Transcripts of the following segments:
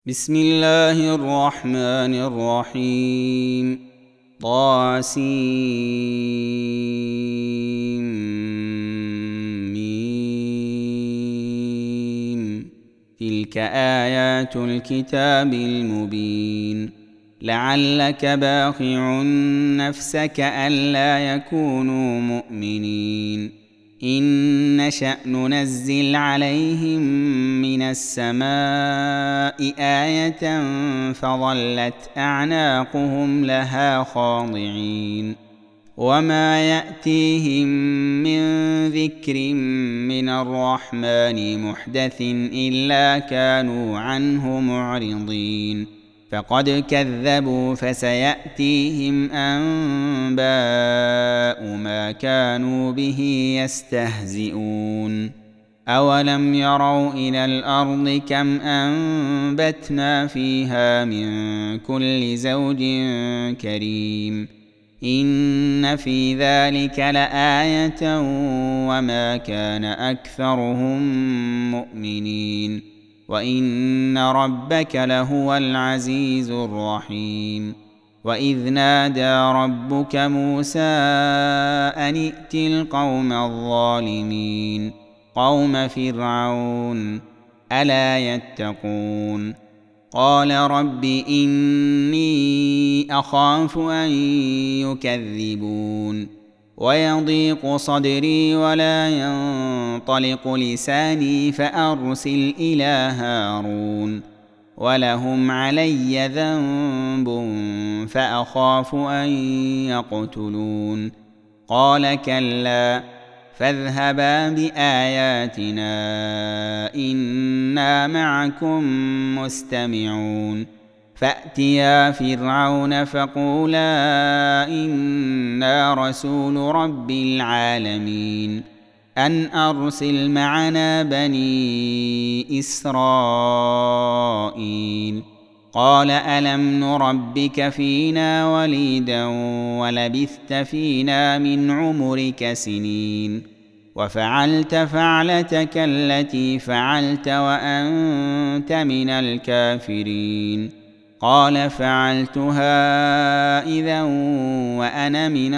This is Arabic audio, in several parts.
بسم الله الرحمن الرحيم طاسيم تلك آيات الكتاب المبين لعلك باخع نفسك ألا يكونوا مؤمنين إن نشأ ننزل عليهم من السماء آية فظلت أعناقهم لها خاضعين وما يأتيهم من ذكر من الرحمن محدث إلا كانوا عنه معرضين فقد كذبوا فسيأتيهم أنباء ما كانوا به يستهزئون أولم يروا إلى الأرض كم أنبتنا فيها من كل زوج كريم إن في ذلك لآية وما كان أكثرهم مؤمنين وإن ربك لهو العزيز الرحيم وإذ نادى ربك موسى أن ائت القوم الظالمين قوم فرعون ألا يتقون قال رب إني أخاف أن يكذبون ويضيق صدري ولا ينطلق لساني فأرسل إلى هارون ولهم علي ذنب فأخاف أن يقتلون قال كلا فاذهبا بآياتنا إنا معكم مستمعون فأتيا فرعون فقولا إنا رسول رب العالمين أن أرسل معنا بني إسرائيل قال ألم نربك فينا وليدا ولبثت فينا من عمرك سنين وفعلت فعلتك التي فعلت وأنت من الكافرين قال فعلتها إذا وأنا من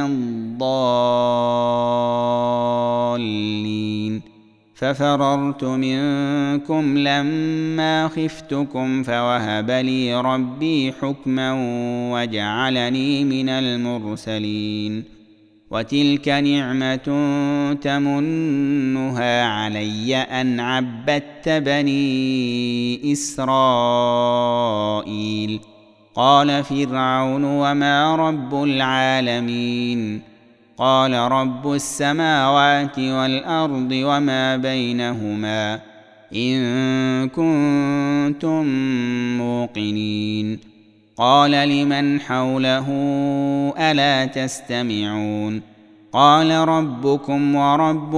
الضالين ففررت منكم لما خفتكم فوهب لي ربي حكما وجعلني من المرسلين وتلك نعمة تمنها علي أن عبدت بني إسرائيل قال فرعون وما رب العالمين قال رب السماوات والأرض وما بينهما إن كنتم موقنين قال لمن حوله ألا تستمعون قال ربكم ورب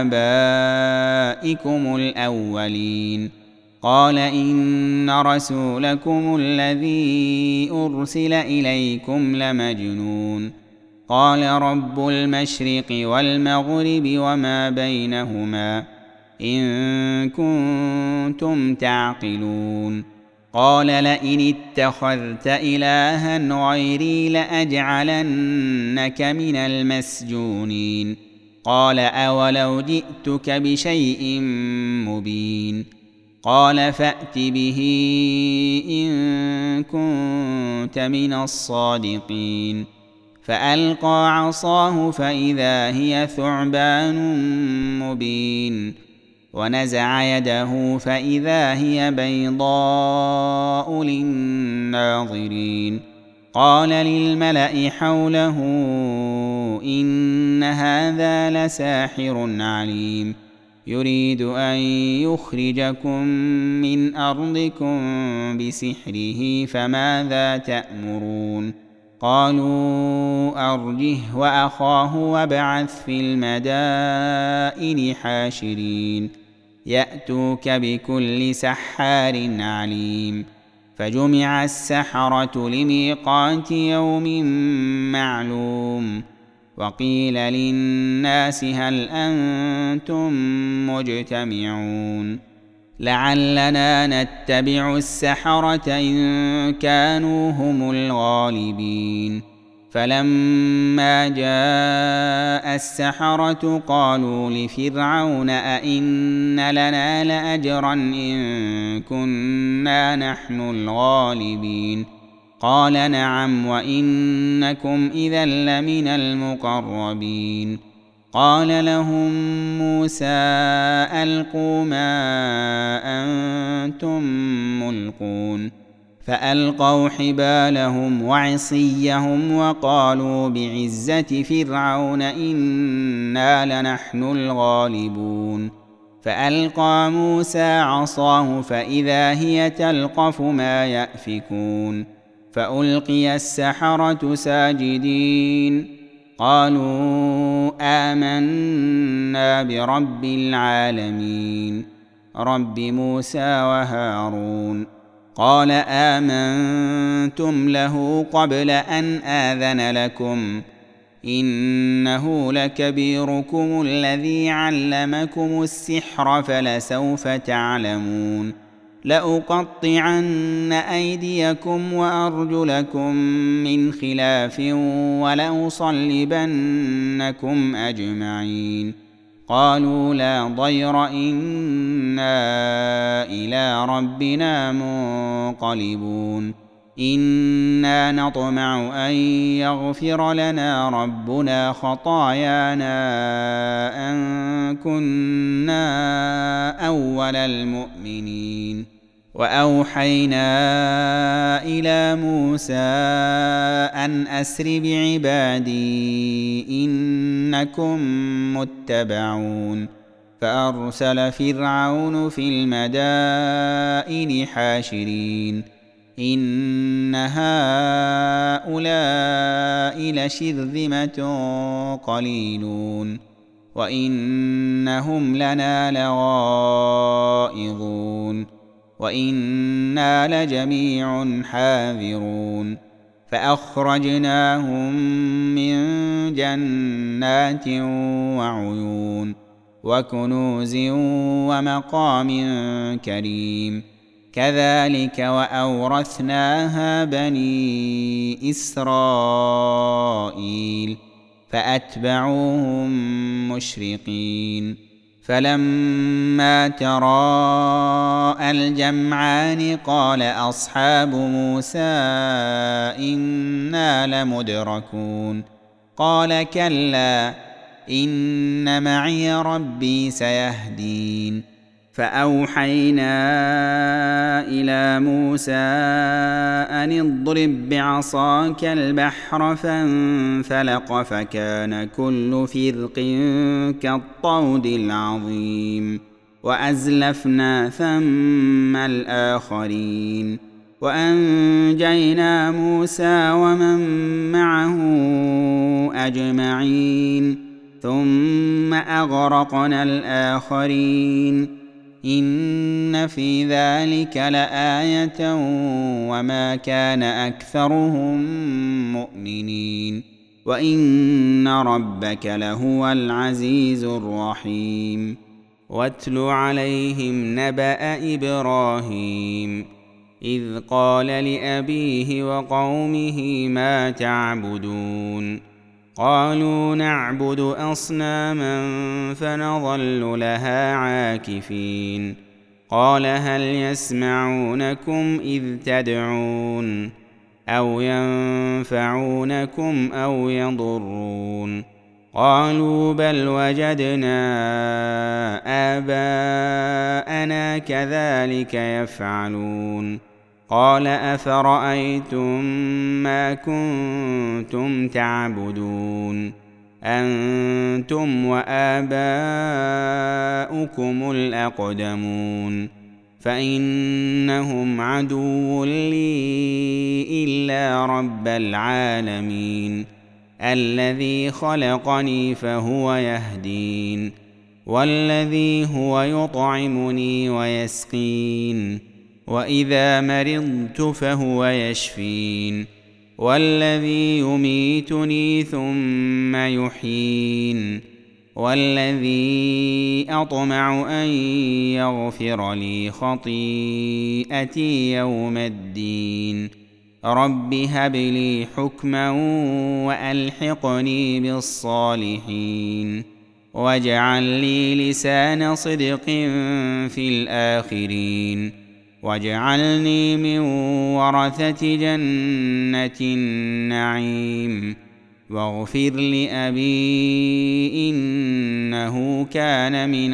آبائكم الأولين قال إن رسولكم الذي أرسل إليكم لمجنون قال رب المشرق والمغرب وما بينهما إن كنتم تعقلون قال لئن اتخذت إلها غيري لأجعلنك من المسجونين قال أولو جئتك بشيء مبين قال فأت به إن كنت من الصادقين فألقى عصاه فإذا هي ثعبان مبين ونزع يده فإذا هي بيضاء للناظرين قال للملأ حوله إن هذا لساحر عليم يريد أن يخرجكم من أرضكم بسحره فماذا تأمرون قالوا أرجه وأخاه وابعث في المدائن حاشرين يأتوك بكل سحار عليم فجمع السحرة لميقات يوم معلوم وقيل للناس هل أنتم مجتمعون لعلنا نتبع السحرة إن كانوا هم الغالبين. فلما جاء السحرة قالوا لفرعون أئن لنا لأجرا إن كنا نحن الغالبين. قال نعم وإنكم إذا لمن المقربين. قال لهم موسى ألقوا ما أنتم ملقون. فألقوا حبالهم وعصيهم وقالوا بعزة فرعون إنا لنحن الغالبون. فألقى موسى عصاه فإذا هي تلقف ما يأفكون. فألقي السحرة ساجدين قالوا آمنا برب العالمين رب موسى وهارون. قال آمنتم له قبل أن آذن لكم إنه لكبيركم الذي علمكم السحر فلسوف تعلمون. لأقطعن أيديكم وأرجلكم من خلاف ولأصلبنكم أجمعين. قالوا لا ضير إنا إلى ربنا منقلبون. إنا نطمع أن يغفر لنا ربنا خطايانا أن كنا أول المؤمنين. وأوحينا إلى موسى أن أسر بعبادي إنكم متبعون. فأرسل فرعون في المدائن حاشرين إن هؤلاء لشرذمة قليلون وإنهم لنا لغائظون وإنا لجميع حاذرون. فأخرجناهم من جنات وعيون وكنوز ومقام كريم. كذلك وأورثناها بني إسرائيل فأتبعوهم مشرقين. فلما تراءى الجمعان قال أصحاب موسى إنا لمدركون. قال كلا إن معي ربي سيهدين. فأوحينا إلى موسى أن اضرب بعصاك البحر فانفلق فكان كل فرق كالطود العظيم. وأزلفنا ثم الآخرين وأنجينا موسى ومن معه أجمعين ثم أغرقنا الآخرين. إن في ذلك لآية وما كان أكثرهم مؤمنين وإن ربك لهو العزيز الرحيم. واتل عليهم نبأ إبراهيم إذ قال لأبيه وقومه ما تعبدون. قالوا نعبد أصناما فنظل لها عاكفين. قال هل يسمعونكم إذ تدعون أو ينفعونكم أو يضرون. قالوا بل وجدنا آباءنا كذلك يفعلون. قال أفرأيتم ما كنتم تعبدون أنتم وآباؤكم الأقدمون فإنهم عدو لي إلا رب العالمين الذي خلقني فهو يهدين والذي هو يطعمني ويسقين وإذا مرضت فهو يشفين والذي يميتني ثم يحيين والذي أطمع أن يغفر لي خطيئتي يوم الدين رب هب لي حكما وألحقني بالصالحين واجعل لي لسان صدق في الآخرين واجعلني من ورثة جنة النعيم واغفر لأبي إنه كان من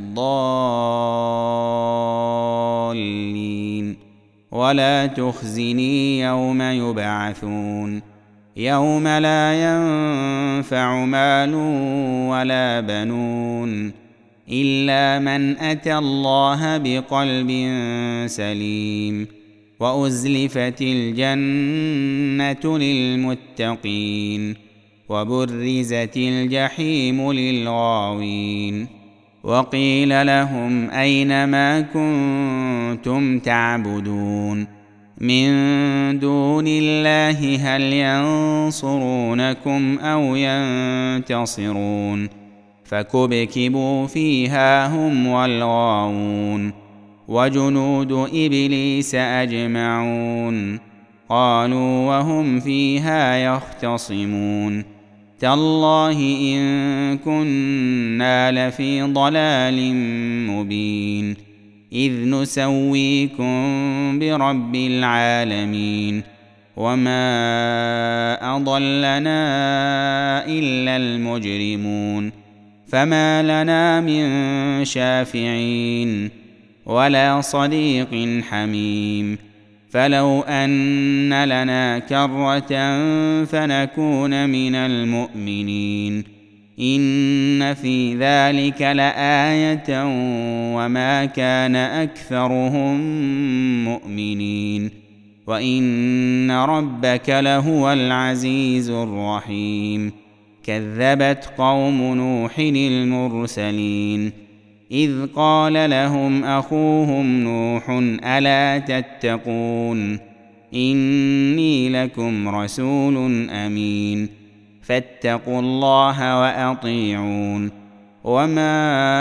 الضالين ولا تخزني يوم يبعثون يوم لا ينفع مال ولا بنون إلا من أتى الله بقلب سليم وأزلفت الجنة للمتقين وبرزت الجحيم للغاوين وقيل لهم أين ما كنتم تعبدون من دون الله هل ينصرونكم أو ينتصرون فكبكبوا فيها هم والغاوون وجنود إبليس أجمعون قالوا وهم فيها يختصمون تالله إن كنا لفي ضلال مبين إذ نسويكم برب العالمين وما أضلنا إلا المجرمون فما لنا من شافعين ولا صديق حميم فلو أن لنا كرة فنكون من المؤمنين إن في ذلك لآية وما كان أكثرهم مؤمنين وإن ربك لهو العزيز الرحيم كذبت قوم نوح المرسلين إذ قال لهم أخوهم نوح ألا تتقون إني لكم رسول أمين فاتقوا الله وأطيعون وما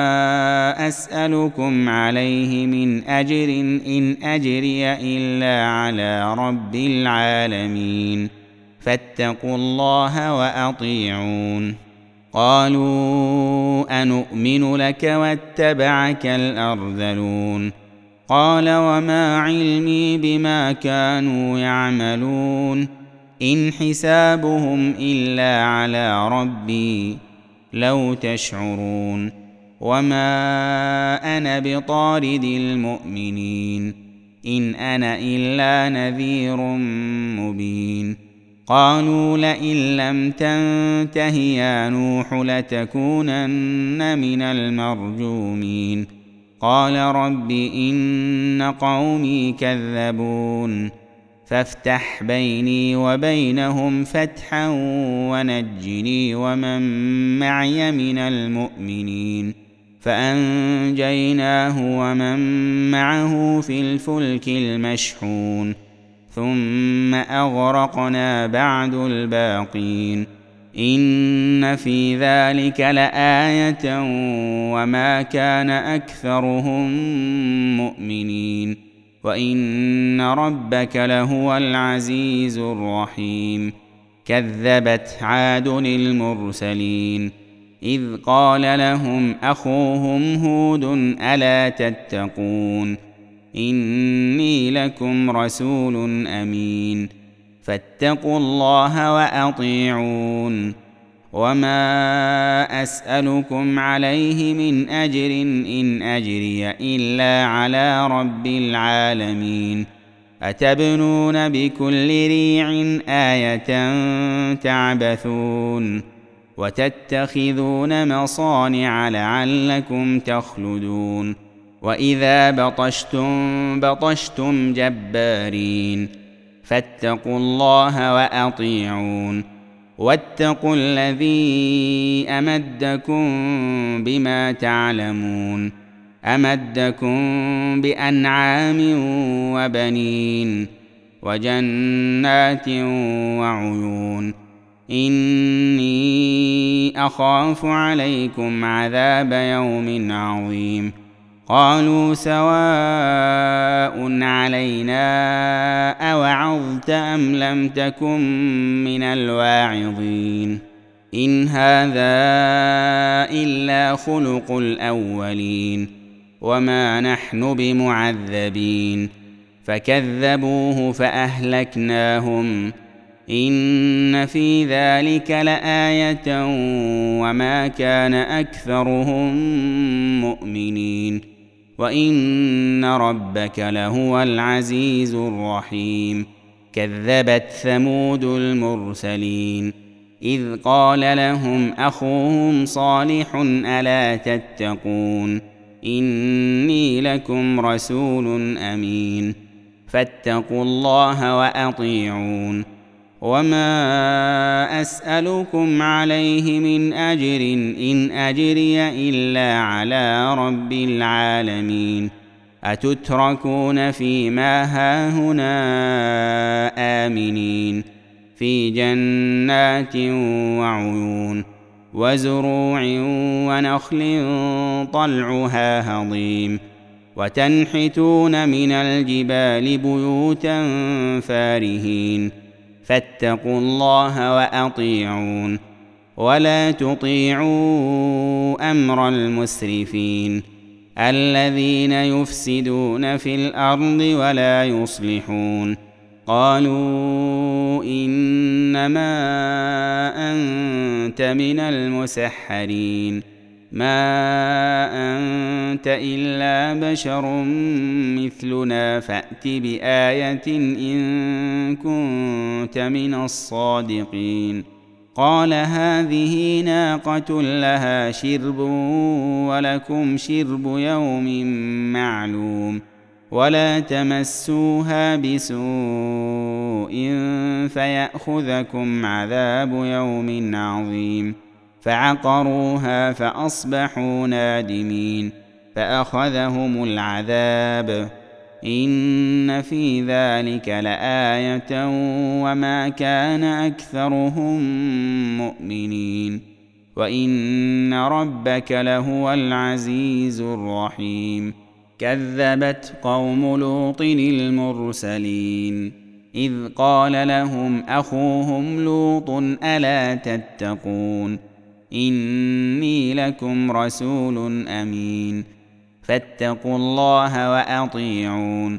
أسألكم عليه من أجر إن أجري إلا على رب العالمين فاتقوا الله وأطيعون قالوا أنؤمن لك واتبعك الأرذلون قال وما علمي بما كانوا يعملون إن حسابهم إلا على ربي لو تشعرون وما أنا بطارد المؤمنين إن أنا إلا نذير مبين قالوا لئن لم تنته يا نوح لتكونن من المرجومين قال رب إن قومي كذبون فافتح بيني وبينهم فتحا ونجني ومن معي من المؤمنين فأنجيناه ومن معه في الفلك المشحون ثم أغرقنا بعد الباقين إن في ذلك لآية وما كان أكثرهم مؤمنين وإن ربك لهو العزيز الرحيم كذبت عاد المرسلين إذ قال لهم أخوهم هود ألا تتقون إني لكم رسول أمين فاتقوا الله وأطيعون وما أسألكم عليه من أجر إن أجري إلا على رب العالمين أتبنون بكل ريع آية تعبثون وتتخذون مصانع لعلكم تخلدون وإذا بطشتم جبارين فاتقوا الله وأطيعون واتقوا الذي أمدكم بما تعلمون أمدكم بأنعام وبنين وجنات وعيون إني أخاف عليكم عذاب يوم عظيم. قالوا سواء علينا أوعظت أم لم تكن من الواعظين إن هذا إلا خلق الأولين وما نحن بمعذبين. فكذبوه فأهلكناهم إن في ذلك لآية وما كان أكثرهم مؤمنين وإن ربك لهو العزيز الرحيم. كذبت ثمود المرسلين إذ قال لهم أخوهم صالح ألا تتقون إني لكم رسول أمين فاتقوا الله وأطيعون. وما أسألكم عليه من أجر إن أجري إلا على رب العالمين. أتتركون فيما هاهنا آمنين في جنات وعيون وزروع ونخل طلعها هضيم وتنحتون من الجبال بيوتا فارهين فاتقوا الله وأطيعون ولا تطيعوا أمر المسرفين الذين يفسدون في الأرض ولا يصلحون. قالوا إنما أنت من المسحرين ما أنت إلا بشر مثلنا فأت بآية إن كنت من الصادقين. قال هذه ناقة لها شرب ولكم شرب يوم معلوم ولا تمسوها بسوء فيأخذكم عذاب يوم عظيم. فعقروها فأصبحوا نادمين فأخذهم العذاب إن في ذلك لآية وما كان أكثرهم مؤمنين وإن ربك لهو العزيز الرحيم. كذبت قوم لوط المرسلين إذ قال لهم أخوهم لوط ألا تتقون إني لكم رسول أمين فاتقوا الله وأطيعون.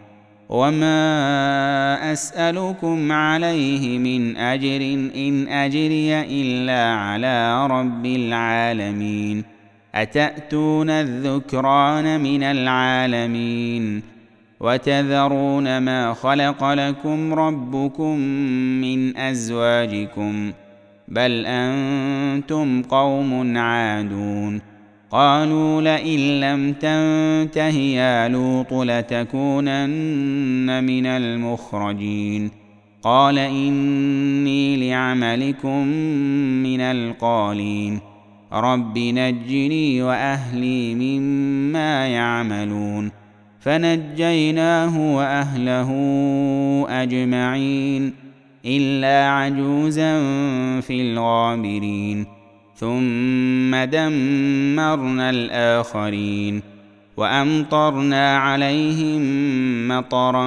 وما أسألكم عليه من أجر إن أجري إلا على رب العالمين. أتأتون الذكران من العالمين وتذرون ما خلق لكم ربكم من أزواجكم بل أنتم قوم عادون. قالوا لئن لم تنته يا لوط لتكونن من المخرجين. قال إني لعملكم من القالين رب نجني وأهلي مما يعملون. فنجيناه وأهله أجمعين إلا عجوزا في الغابرين. ثم دمرنا الآخرين وأمطرنا عليهم مطرا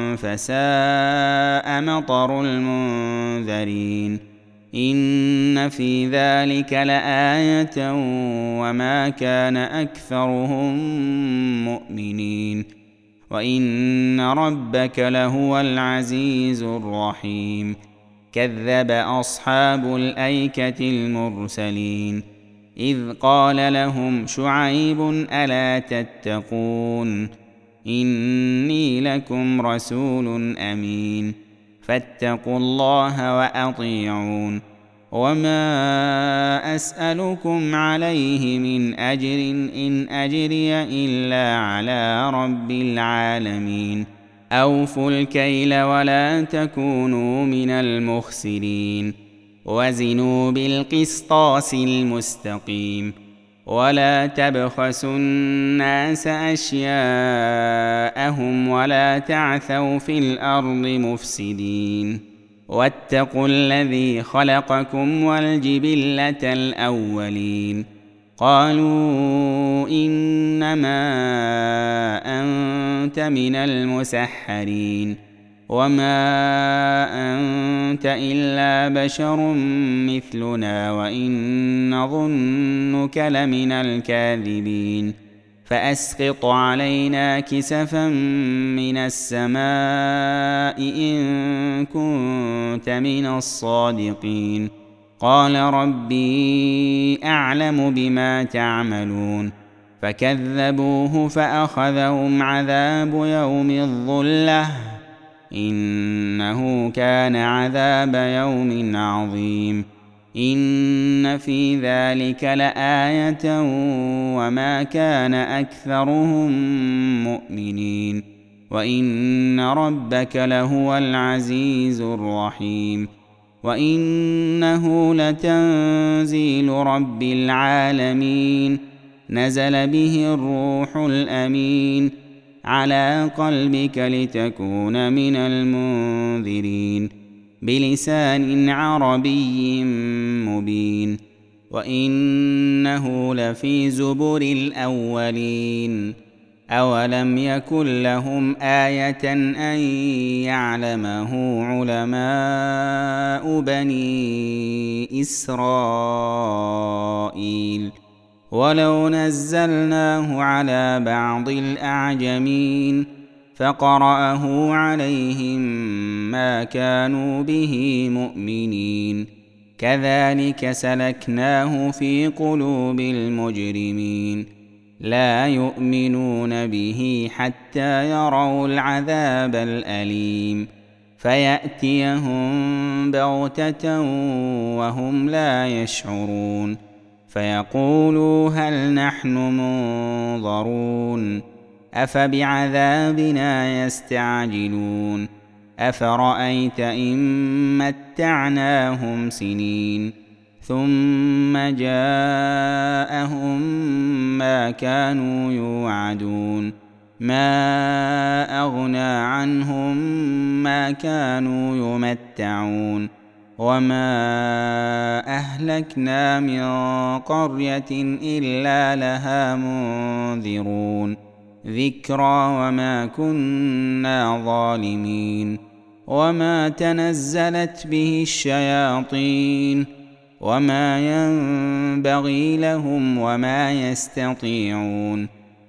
فساء مطر المنذرين. إن في ذلك لآية وما كان أكثرهم مؤمنين وإن ربك لهو العزيز الرحيم. كذب أصحاب الأيكة المرسلين إذ قال لهم شعيب ألا تتقون إني لكم رسول أمين فاتقوا الله وأطيعون. وما أسألكم عليه من أجر إن أجري إلا على رب العالمين. أوفوا الكيل ولا تكونوا من المخسرين وزنوا بالقسطاس المستقيم ولا تبخسوا الناس أشياءهم ولا تعثوا في الأرض مفسدين. واتقوا الذي خلقكم والجبلة الأولين قالوا إنما أنت من المسحرين وما أنت إلا بشر مثلنا وإن نظنك لمن الكاذبين فأسقط علينا كسفا من السماء إن كنت من الصادقين قال ربي أعلم بما تعملون فكذبوه فأخذهم عذاب يوم الظلة إنه كان عذاب يوم عظيم إن في ذلك لآية وما كان أكثرهم مؤمنين وإن ربك لهو العزيز الرحيم وإنه لتنزيل رب العالمين نزل به الروح الأمين على قلبك لتكون من المنذرين بلسان عربي مبين وإنه لفي زبر الأولين أولم يكن لهم آية أن يعلمه علماء بني إسرائيل ولو نزلناه على بعض الأعجمين فقرأه عليهم ما كانوا به مؤمنين كذلك سلكناه في قلوب المجرمين لا يؤمنون به حتى يروا العذاب الأليم فيأتيهم بغتة وهم لا يشعرون فيقولوا هل نحن منظرون أفبعذابنا يستعجلون أفرأيت إن متعناهم سنين ثم جاءهم ما كانوا يوعدون ما أغنى عنهم ما كانوا يمتعون وما أهلكنا من قرية إلا لها منذرون ذكرى وما كنا ظالمين وما تنزلت به الشياطين وما ينبغي لهم وما يستطيعون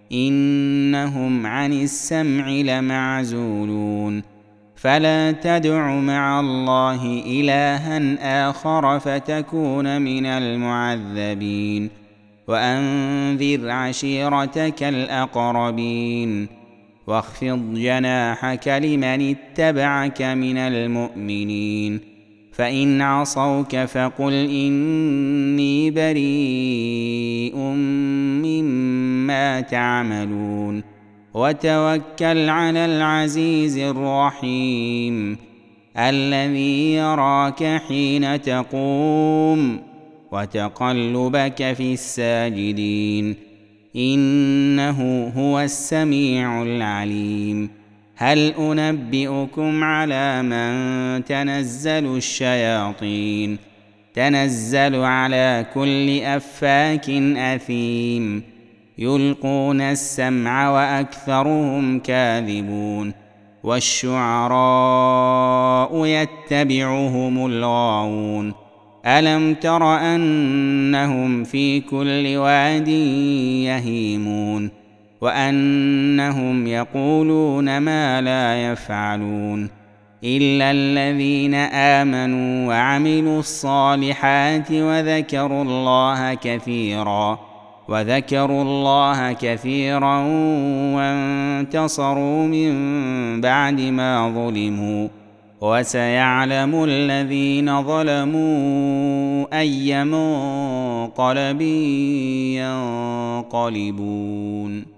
إنهم عن السمع لمعزولون فلا تدع مع الله إلها آخر فتكون من المعذبين وأنذر عشيرتك الأقربين واخفض جناحك لمن اتبعك من المؤمنين فإن عصوك فقل إني بريء مما تعملون وتوكل على العزيز الرحيم الذي يراك حين تقوم وتقلبك في الساجدين إنه هو السميع العليم هل أنبئكم على من تنزل الشياطين تنزل على كل أفاك أثيم يلقون السمع وأكثرهم كاذبون والشعراء يتبعهم الغاوون ألم تر أنهم في كل واد يهيمون وأنهم يقولون ما لا يفعلون إلا الذين آمنوا وعملوا الصالحات وذكروا الله كثيرا وانتصروا من بعد ما ظلموا وسيعلم الذين ظلموا أي منقلب ينقلبون.